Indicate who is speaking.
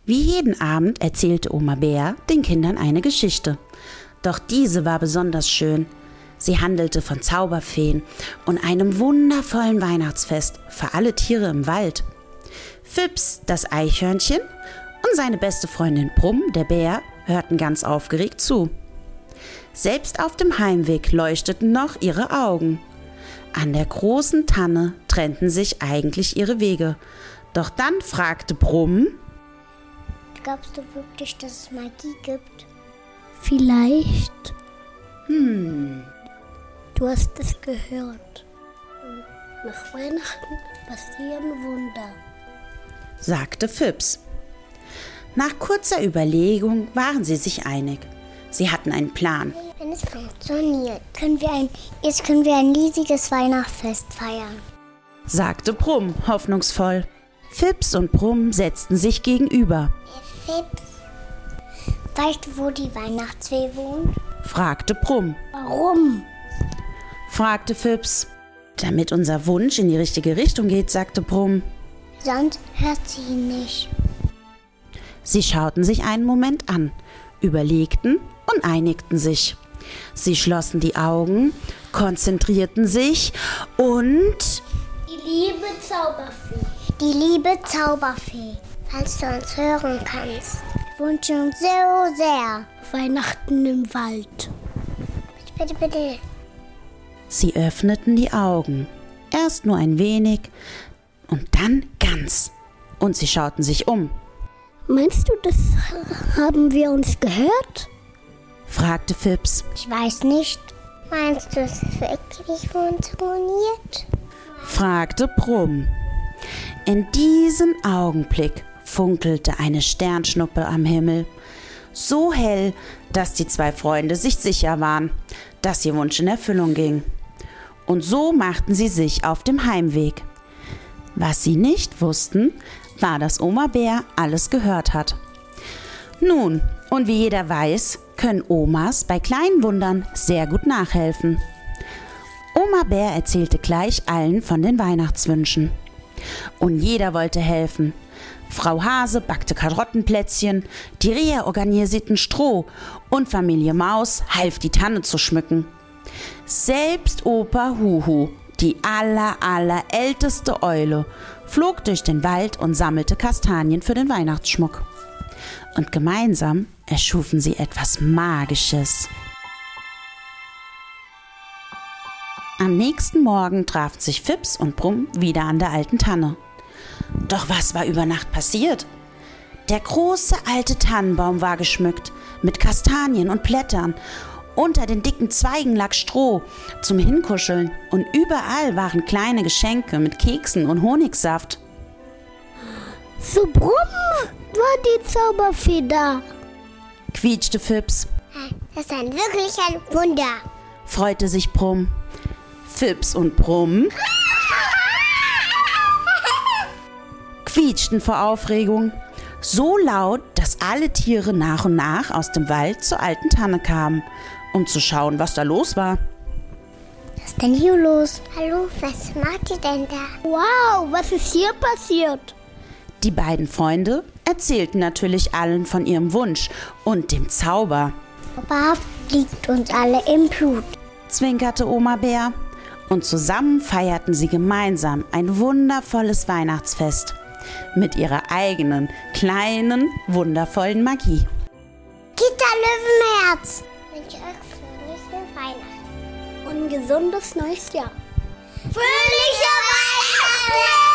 Speaker 1: Wie jeden Abend erzählte Oma Bär den Kindern eine Geschichte. Doch diese war besonders schön. Sie handelte von Zauberfeen und einem wundervollen Weihnachtsfest für alle Tiere im Wald. Fips, das Eichhörnchen, und seine beste Freundin Brumm, der Bär, hörten ganz aufgeregt zu. Selbst auf dem Heimweg leuchteten noch ihre Augen. An der großen Tanne trennten sich eigentlich ihre Wege. Doch dann fragte Brumm:
Speaker 2: Glaubst du wirklich, dass es Magie gibt?
Speaker 3: Vielleicht. Du hast es gehört. Nach Weihnachten passieren Wunder,
Speaker 1: sagte Fips. Nach kurzer Überlegung waren sie sich einig. Sie hatten einen Plan.
Speaker 2: Wenn es funktioniert, können wir ein riesiges Weihnachtsfest feiern,
Speaker 1: sagte Brumm hoffnungsvoll. Fips und Brumm setzten sich gegenüber.
Speaker 2: Fips, weißt du, wo die Weihnachtsfee wohnt?
Speaker 1: fragte Brumm.
Speaker 3: Warum?
Speaker 1: fragte Fips. Damit unser Wunsch in die richtige Richtung geht, sagte Brumm.
Speaker 2: Sonst hört sie ihn nicht.
Speaker 1: Sie schauten sich einen Moment an, überlegten und einigten sich. Sie schlossen die Augen, konzentrierten sich und...
Speaker 3: Die liebe Zauberfee.
Speaker 2: Die liebe Zauberfee, falls du uns hören kannst, wünschen uns so sehr
Speaker 3: Weihnachten im Wald.
Speaker 2: Bitte, bitte.
Speaker 1: Sie öffneten die Augen, erst nur ein wenig und dann ganz. Und sie schauten sich um.
Speaker 3: Meinst du, das haben wir uns gehört?
Speaker 1: fragte Fips.
Speaker 2: Ich weiß nicht. Meinst du, es wirklich funktioniert?
Speaker 1: fragte Brumm. In diesem Augenblick funkelte eine Sternschnuppe am Himmel. So hell, dass die zwei Freunde sich sicher waren, dass ihr Wunsch in Erfüllung ging. Und so machten sie sich auf dem Heimweg. Was sie nicht wussten, war, dass Oma Bär alles gehört hat. Nun, und wie jeder weiß, können Omas bei kleinen Wundern sehr gut nachhelfen. Oma Bär erzählte gleich allen von den Weihnachtswünschen. Und jeder wollte helfen. Frau Hase backte Karottenplätzchen, die Rehe organisierten Stroh und Familie Maus half, die Tanne zu schmücken. Selbst Opa Huhu, die allerälteste Eule, flog durch den Wald und sammelte Kastanien für den Weihnachtsschmuck. Und gemeinsam erschufen sie etwas Magisches. Am nächsten Morgen trafen sich Fips und Brumm wieder an der alten Tanne. Doch was war über Nacht passiert? Der große alte Tannenbaum war geschmückt mit Kastanien und Blättern. Unter den dicken Zweigen lag Stroh zum Hinkuscheln und überall waren kleine Geschenke mit Keksen und Honigsaft.
Speaker 3: So Brumm war die Zauberfee da,
Speaker 1: quietschte Fips.
Speaker 2: Das ist wirklich ein Wunder,
Speaker 1: freute sich Brumm. Fips und Brumm quietschten vor Aufregung. So laut, dass alle Tiere nach und nach aus dem Wald zur alten Tanne kamen, um zu schauen, was da los war.
Speaker 2: Was ist denn hier los? Hallo, was macht ihr denn da?
Speaker 3: Wow, was ist hier passiert?
Speaker 1: Die beiden Freunde erzählten natürlich allen von ihrem Wunsch und dem Zauber.
Speaker 2: Zauberhaft liegt uns alle im Blut,
Speaker 1: zwinkerte Oma Bär. Und zusammen feierten sie gemeinsam ein wundervolles Weihnachtsfest mit ihrer eigenen, kleinen, wundervollen Magie.
Speaker 2: Kita Löwenherz! Ich wünsche euch fröhliche Weihnachten
Speaker 3: und ein gesundes neues Jahr.
Speaker 2: Fröhliche Weihnachten!